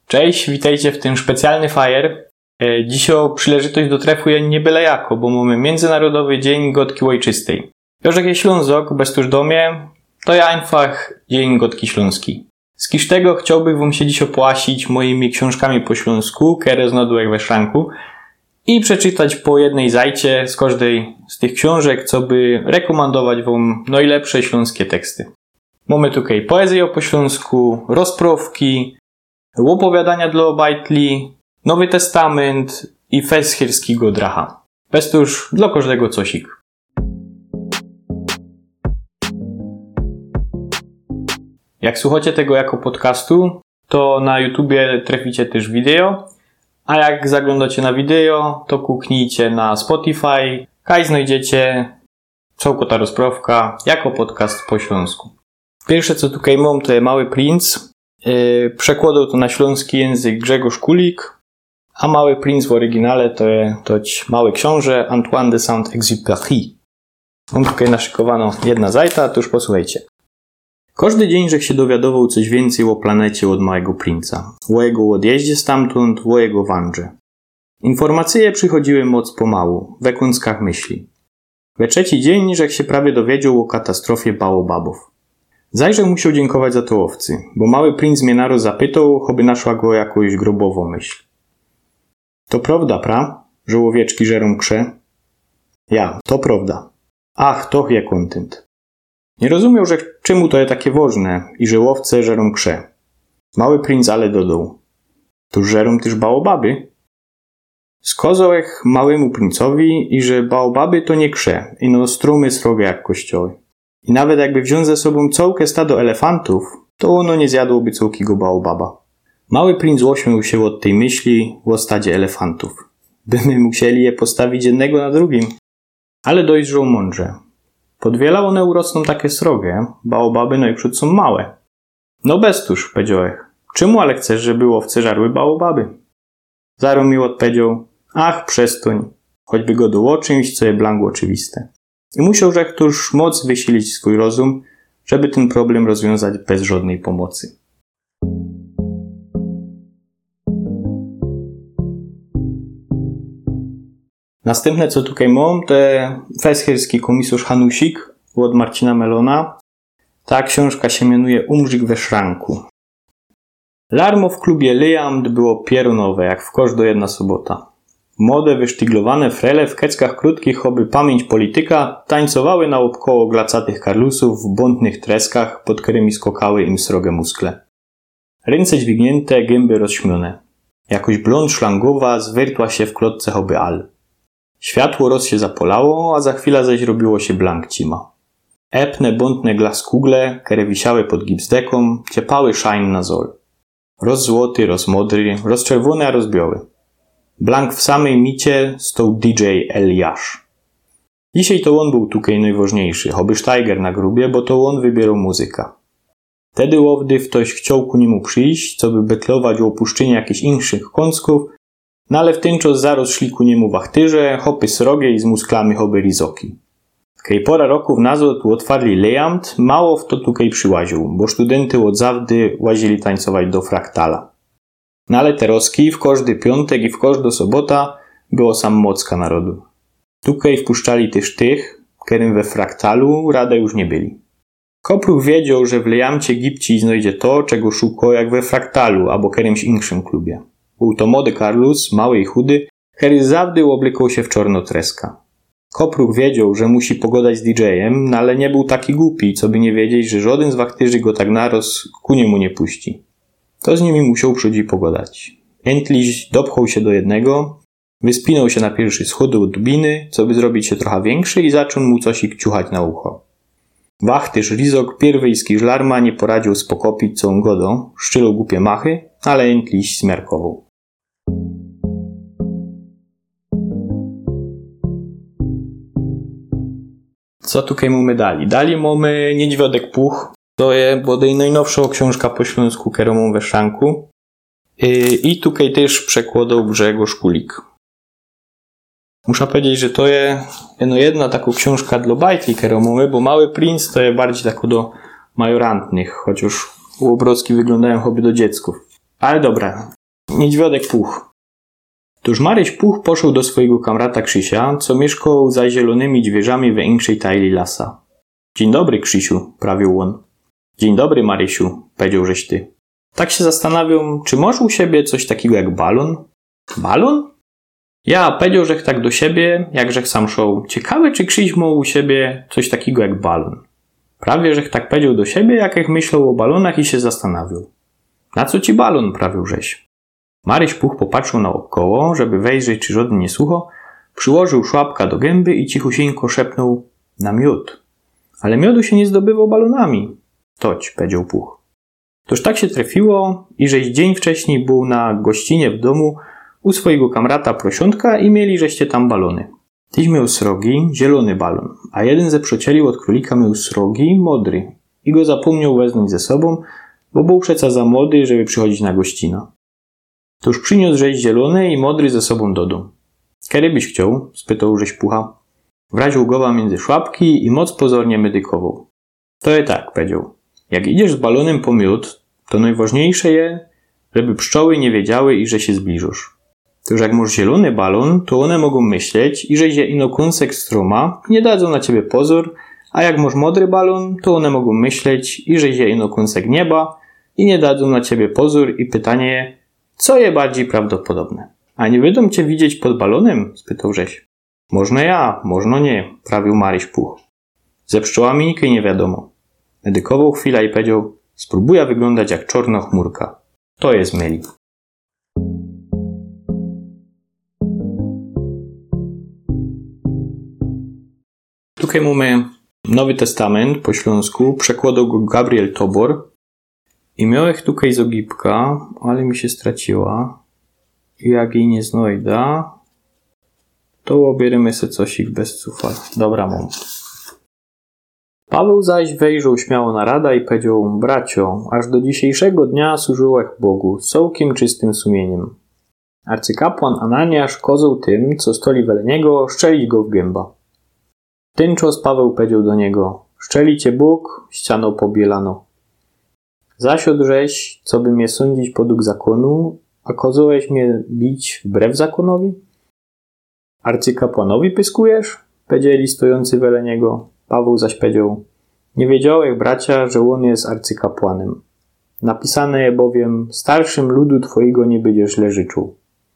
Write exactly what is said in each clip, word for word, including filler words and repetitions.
Cześć, witajcie w tym specjalny fajer. Dzisiaj przyleżytość do trefu je nie byle jako, bo mamy Międzynarodowy Dzień Gotki Ojczystej. Jożek je Ślązok, bez tuż domie, to ja einfach Dzień Gotki Śląskiej. Z kiż tego chciałbym wam się dziś opłasić moimi książkami po śląsku, które znajduję we szranku, i przeczytać po jednej zajcie z każdej z tych książek, co by rekomendować wam najlepsze śląskie teksty. Mamy tutaj poezję po śląsku, rozprawki, opowiadania dla obajtli, Nowy Testament i Feschierskiego Dracha. Bez to już dla każdego cosik. Jak słuchacie tego jako podcastu, to na YouTubie traficie też wideo, a jak zaglądacie na wideo, to kuknijcie na Spotify, kaj znajdziecie całko ta rozprawka jako podcast po śląsku. Pierwsze co tutaj mam to jest Mały Princ. Yy, przekładał to na śląski język Grzegorz Kulik, a Mały Princ w oryginale to jest toć Mały Książę Antoine de Saint-Exupéry. Mam tutaj naszykowano jedna zajta, to już posłuchajcie. Każdy dzień żech się dowiadował coś więcej o planecie od Małego Princa, o jego odjeździe stamtąd, o jego wandrze. Informacje przychodziły moc pomału, we kąskach myśli. We trzeci dzień żech się prawie dowiedział o katastrofie baobabów. Zajże musiał dziękować za to owcy, bo Mały Princ mnie naroz zapytał, choby naszła go jakąś grobową myśl. To prawda, pra, że owieczki żerą krze? Ja, to prawda. Ach, to je kontent. Nie rozumiał, że czemu to jest takie ważne i że łowce żerą krze. Mały Princ ale dodał. Tuż żerą też baobaby? Skazał ech Małemu Princowi i że baobaby to nie krze, ino strumy srogie jak kościoły. I nawet jakby wziąć ze sobą całkę stado elefantów, to ono nie zjadłoby całkiego baobaba. Mały Princ ośmiał się od tej myśli o stadzie elefantów. Bymy musieli je postawić jednego na drugim. Ale dojrzał mądrze. Pod wiela one urosną takie srogie, baobaby no i przód są małe. No bez tuż, powiedziałech. Czemu ale chcesz, żeby owce żarły baobaby? Zarom mi odpowiedział, ach, przestań, choćby go było czymś, co je blanku oczywiste. I musiał żech tuż moc wysilić swój rozum, żeby ten problem rozwiązać bez żadnej pomocy. Następne co tutaj mam, to Feschierski komisarz Hanusik od Marcina Melona. Ta książka się mianuje Umrzyk we szranku. Larmo w klubie Liamd było pierunowe, jak w każda jedna sobota. Młode, wysztyglowane frele w keckach krótkich, choby pamięć polityka, tańcowały naokoło glacatych karlusów w błędnych treskach, pod którymi skokały im srogie muskle. Ręce dźwignięte, gęby rozśmione. Jakoś blond szlangowa zwyrtła się w klotce choby al. Światło roz się zapolało, a za chwilę zaś robiło się blank cima. Epne, błędne glaskugle, które wisiały pod gipsdeką, ciepały szajn na zol. Roz złoty, roz modry, roz czerwony, a roz biały. Blank w samej micie stał D J Eliasz. Dzisiaj to on był tukej najważniejszy, choby Steiger na grubie, bo to on wybierał muzyka. Tedy łowdy ktoś chciał ku niemu przyjść, co by beklować o opuszczeniu jakichś inszych kąsków, no ale w ten czas zaraz szli ku niemu wachtyrze, hopy srogie i z musklami choby rizoki. Kej pora roku w nazot otwarli Liamd, mało w to tukej przyłaził, bo studenty od zawdy łazili tańcować do fraktala. No ale teroski w każdy piątek i w każdą sobota było sam mocka narodu. Tukej wpuszczali też tych, którym we fraktalu rada już nie byli. Kopruch wiedział, że w Liamcie Gipci znajdzie to, czego szukał jak we fraktalu albo którymś inszym klubie. Był to młody Karlus, mały i chudy, który zawdy oblykał się w czorno treska. Kopruch wiedział, że musi pogadać z D J-em, no ale nie był taki głupi, co by nie wiedzieć, że żaden z wachtyrzy go tak naroz ku niemu nie puści. To z nimi musiał przyjść pogadać. Entliś dopchał się do jednego, wyspinął się na pierwszy schód od dubiny, co by zrobić się trochę większy i zaczął mu coś ciuchać na ucho. Wachtyż Rizok pierwyjski żlarma nie poradził spokopić całą godą, szczylał głupie machy, ale Entliś zmiarkował. Co tutaj mamy dali? Dali mamy Niedźwiadek Puch. To jest bodaj najnowsza książka po śląsku, którą mam we szranku. I tutaj też przekładał Grzegorz Kulik. Muszę powiedzieć, że to jest no jedna taka książka dla bajtli, którą mamy, bo Mały Princ to jest bardziej tako do majorantnych, chociaż obrazki wyglądają choby do dziecków. Ale dobra, Niedźwiadek Puch. Tuż Maryś Puch poszedł do swojego kamrata Krzysia, co mieszkał za zielonymi drzwiami większej tajli lasa. Dzień dobry, Krzysiu, prawił on. Dzień dobry, Marysiu, powiedział żeś ty. Tak się zastanawiam, czy masz u siebie coś takiego jak balon? Balon? Ja powiedział, żech tak do siebie, jak żech sam szał. Ciekawe, czy Krzyś ma u siebie coś takiego jak balon. Prawie, żech tak powiedział do siebie, jak myślał o balonach i się zastanawiał. Na co ci balon, prawił żeś. Maryś Puch popatrzył naokoło, żeby wejrzeć, czy żaden nie słucho, przyłożył szłapka do gęby i cichusieńko szepnął na miód. Ale miodu się nie zdobywał balonami. Toć, powiedział Puch. Toż tak się trafiło, i żeś dzień wcześniej był na gościnie w domu u swojego kamrata Prosiątka i mieli żeście tam balony. Tyś miał srogi, zielony balon, a jeden ze przyjacieli od królika miał srogi, modry i go zapomniał wezmąć ze sobą, bo był przeca za młody, żeby przychodzić na gościna. Toż przyniósł żeś zielony i modry ze sobą do domu. Kiedy byś chciał? Spytał żeś Pucha. Wraził głowa między szłapki i moc pozornie medykował. To je tak, powiedział. Jak idziesz z balonem po miód, to najważniejsze je, żeby pszczoły nie wiedziały i że się zbliżasz. Toż jak masz zielony balon, to one mogą myśleć i że je ino kąsek stroma i nie dadzą na ciebie pozór, a jak masz modry balon, to one mogą myśleć i że je ino kąsek nieba i nie dadzą na ciebie pozór i pytanie je, co je bardziej prawdopodobne. A nie będą cię widzieć pod balonem? Spytał żeś. Można ja, można nie, prawił Maryś Puch. Ze pszczołami nikt nie wiadomo. Medykował chwilę i powiedział, spróbuję wyglądać jak czarna chmurka. To jest myli. Tutaj mamy Nowy Testament po śląsku, przekładał go Gabriel Tobor i miał ich tutaj z ogipka, ale mi się straciła. I jak jej nie znajda, to obierzemy se coś ich bez cufal. Dobra, mam. Paweł zaś wejrzał śmiało na rada i powiedział, bracio, aż do dzisiejszego dnia służyłeś Bogu z całkiem czystym sumieniem. Arcykapłan Ananiasz kozał tym, co stoli wele niego, szczelić go w gęba. Ten czas Paweł powiedział do niego, szczeli cię Bóg, ścianą pobielano. Zaś odrześ, co by mnie sądzić podług zakonu, a kozałeś mnie bić wbrew zakonowi? Arcykapłanowi pyskujesz? Powiedzieli stojący wele niego. Paweł zaś powiedział, nie wiedziałeś, bracia, że on jest arcykapłanem. Napisane je bowiem, starszym ludu twojego nie będziesz źle życzył.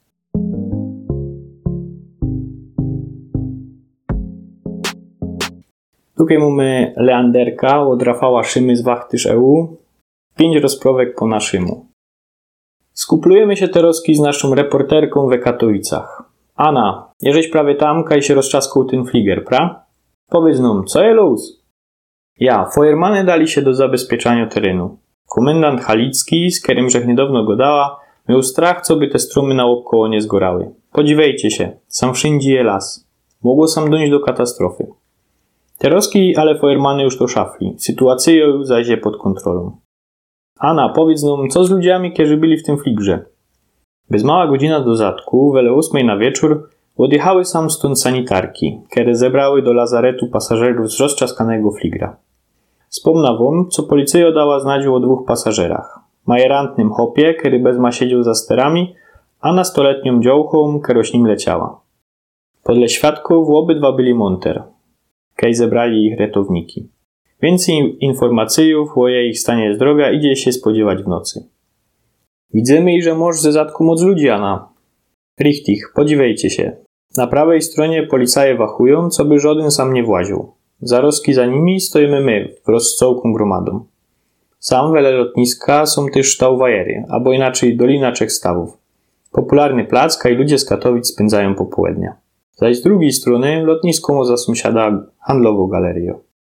Tutaj mamy Leanderka od Rafała Szymy z Wachtyż E U. Pięć rozprawek po naszemu. Skuplujemy się teraz z naszą reporterką we Katowicach. Ana, jeżeś prawie tam, kaj się rozczaskał ten fliger, pra? Powiedz nam, co je luz? Ja, fojermany dali się do zabezpieczania terenu. Komendant Halicki, z którym żech niedawno godała, miał strach, co by te strumy naokoło nie zgorały. Podziwiajcie się, sam wszędzie je las. Mogło sam dojść do katastrofy. Teroski, ale fojermany już to szafli. Sytuacja zaś je pod kontrolą. Ana, powiedz nam, co z ludziami, którzy byli w tym fligrze? Bez mała godzina do zatku, wele ósmej na wieczór, odjechały sam stąd sanitarki, które zebrały do lazaretu pasażerów z rozczaskanego fligra. Wspomna wam, co policja dała znać o dwóch pasażerach. Majerantnym hopie, który bezma siedział za sterami, a nastoletnią działką, która z nim leciała. Podle świadków obydwa byli monter, kaj zebrali ich ratowniki. Więcej informacji o jej ich stanie zdrowia idzie się spodziewać w nocy. Widzimy, że mąż ze zatku moc ludzi, Ana. Richtig, podziwiajcie się. Na prawej stronie policaje wachują, co by żaden sam nie właził. Zaroski za nimi stoimy my, wraz z całą gromadą. Sam wele lotniska są też ształwajery, albo inaczej Dolina Trzech Stawów. Popularny plac, kaj ludzie z Katowic spędzają popołudnia. Zaś z drugiej strony lotnisko ma za sąsiada handlową galerię.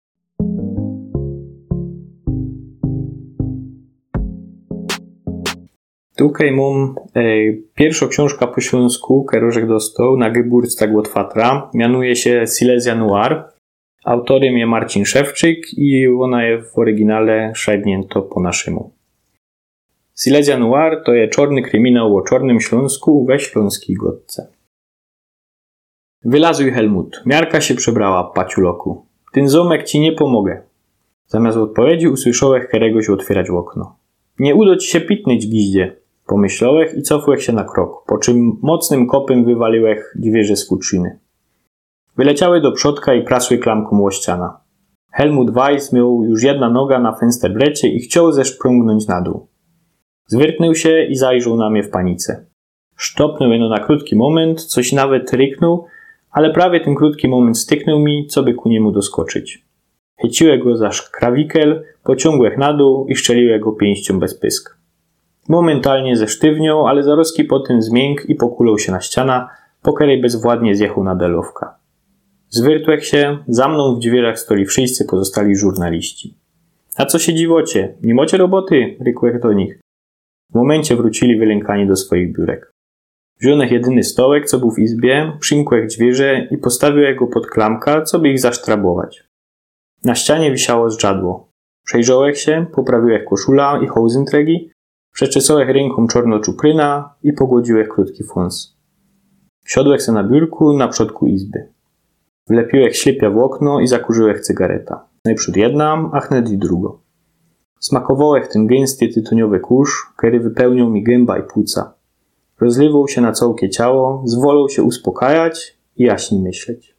Tutaj mam e, pierwsza książka po śląsku, którą dostał na Geburtstag od Fatra. Mianuje się Silesia Noir. Autorem jest Marcin Szewczyk i ona jest w oryginale szajbnięto po naszemu. Silesia Noir to jest czarny kryminał o czarnym Śląsku we śląskiej godce. Wylazuj, Helmut. Miarka się przebrała, paciuloku. Ten zomek ci nie pomogę. Zamiast odpowiedzi usłyszałeś któregoś otwierać okno. Nie uda ci się pitnyć, giździe. Pomyślałech i cofłech się na krok, po czym mocnym kopem wywaliłech dźwierze z futrzyny. Wyleciały do przodka i prasły klamką o ściana. Helmut Weiss miał już jedna noga na fensterbrecie i chciał zeszprągnąć na dół. Zwyrtnął się i zajrzał na mnie w panice. Sztopnął jeno na krótki moment, coś nawet ryknął, ale prawie ten krótki moment styknął mi, co by ku niemu doskoczyć. Chyciłem go za szkrawikel, pociągłech na dół i szczeliłem go pięścią bez pysk. Momentalnie zesztywniał, ale zaroski potem zmiękł i pokulał się na ściana, po której bezwładnie zjechał na delowka. Zwyrtłech się, za mną w dźwierzach stoli wszyscy pozostali żurnaliści. A co się dziwocie? Nie macie roboty? Rykłech do nich. W momencie wrócili wylękani do swoich biurek. Wziąłech jedyny stołek, co był w izbie, przymkłech dźwierze i postawiłech go pod klamka, co by ich zasztrabować. Na ścianie wisiało zdrzadło. Przejrzałech się, poprawiłech koszula i hołzyntregi, przeczesałech ręką czorno-czupryna i pogłodziłech krótki fons. Siodłech se na biurku na przodku izby. Wlepiłech ślepia w okno i zakurzyłech cygareta. Najprzód jedna, a chnet i drugo. Smakowałech ten gęsty tytoniowy kurz, który wypełniał mi gęba i płuca. Rozlewał się na całkie ciało, zwolał się uspokajać i jaśniej myśleć.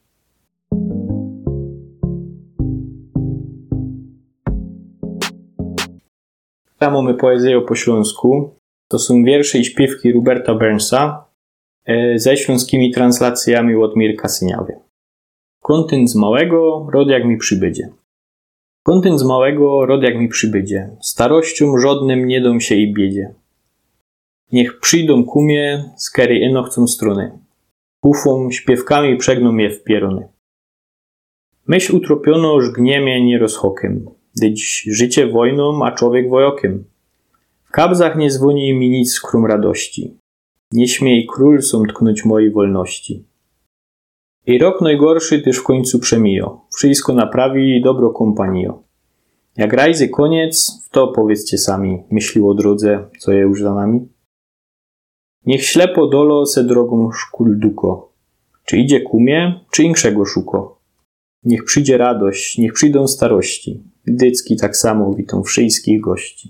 Tam mamy poezję po śląsku. To są wiersze i śpiewki Roberta Burnsa e, ze śląskimi translacjami od Mirka Syniawy. Kontent z małego, rod jak mi przybydzie. Kontent z małego, rod jak mi przybydzie. Starościom żadnym nie dom się i biedzie. Niech przyjdą kumie, z kery eno chcą strony. Pufą, śpiewkami przegną mnie w pierony. Myśl utropiono, żgnie mnie nie rozchokiem. Dyć życie wojną, a człowiek wojokiem. W kabzach nie dzwoni mi nic z krum radości. Nie śmiej król są tknąć mojej wolności. I rok najgorszy też w końcu przemijo. Wszystko naprawi dobro kompanio. Jak rajzy koniec, w to powiedzcie sami, myślił o drodze, co je już za nami. Niech ślepo dolo se drogą szkul duko. Czy idzie kumie, czy inkszego szuko. Niech przyjdzie radość, niech przyjdą starości. Dycki tak samo witą wszystkich gości.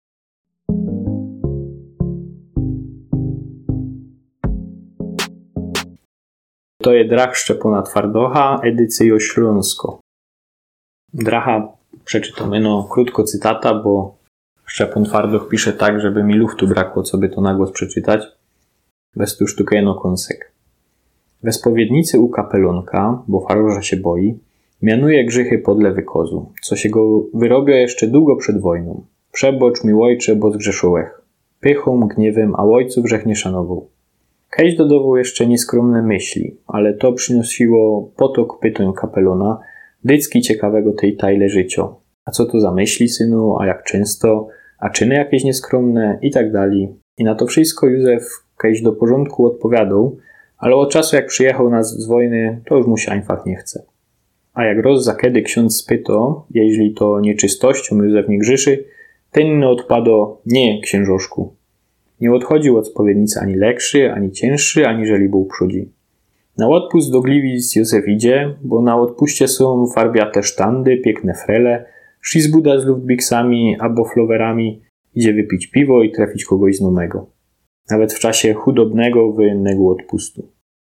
To je Drach Szczepona Twardocha, edycja Śląsko. Dracha przeczytam eno krótko cytata, bo Szczepon Twardoch pisze tak, żeby mi luftu brakło, co by to na głos przeczytać. Bez tu sztukę eno kąsek. We spowiednicy u kapelonka, bo faroża się boi, mianuje grzechy podle wykozu, co się go wyrobio jeszcze długo przed wojną. Przebocz mi ojcze, bo zgrzeszołech. Pychą, gniewem, a ojcu grzech nie szanował. Kejś dodawał jeszcze nieskromne myśli, ale to przynosiło potok pytań kapelona, dycki ciekawego tej tajle życio. A co to za myśli, synu, a jak często, a czyny jakieś nieskromne i tak dalej. I na to wszystko Józef kejś do porządku odpowiadał, ale od czasu jak przyjechał nas z wojny, to już mu się einfach nie chce. A jak roz za kiedy ksiądz spyto, jeśli to nieczystością Józef nie grzyszy, ten nie odpado, nie, księżoszku. Nie odchodził od spowiednicy ani lekszy, ani cięższy, aniżeli był przodzi. Na odpust do Gliwic Józef idzie, bo na odpuście są farbiate sztandy, piękne frele, szizbuda z luftbiksami albo flowerami, idzie wypić piwo i trafić kogoś znajomego. Nawet w czasie chudobnego, wojennego odpustu.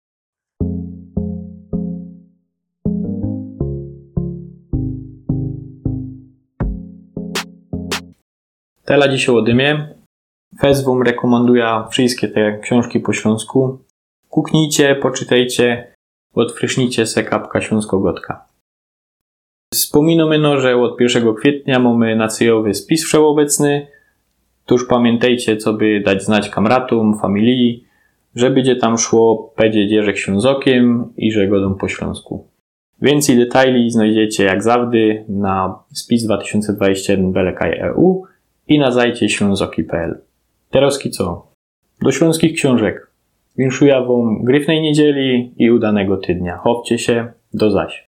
Tela dzisiaj o dymie. Fez wam rekomenduje wszystkie te książki po śląsku. Kuknijcie, poczytajcie, odfrysznijcie se kapka śląsko-gotka. Wspominamy no, że od pierwszego kwietnia mamy nacyjowy spis wszechobecny. Tuż pamiętajcie, co by dać znać kamratom, familii, że będzie tam szło pedzie dzierzech ślązokiem i że godą po śląsku. Więcej detali znajdziecie jak zawdy na spis dwa tysiące dwadzieścia jeden kropka b l k kropka e u i na zajcie ślązoki kropka p l. Teraz co? Do śląskich książek. Winszuję wam gryfnej niedzieli i udanego tydnia. Chowcie się, do zaś.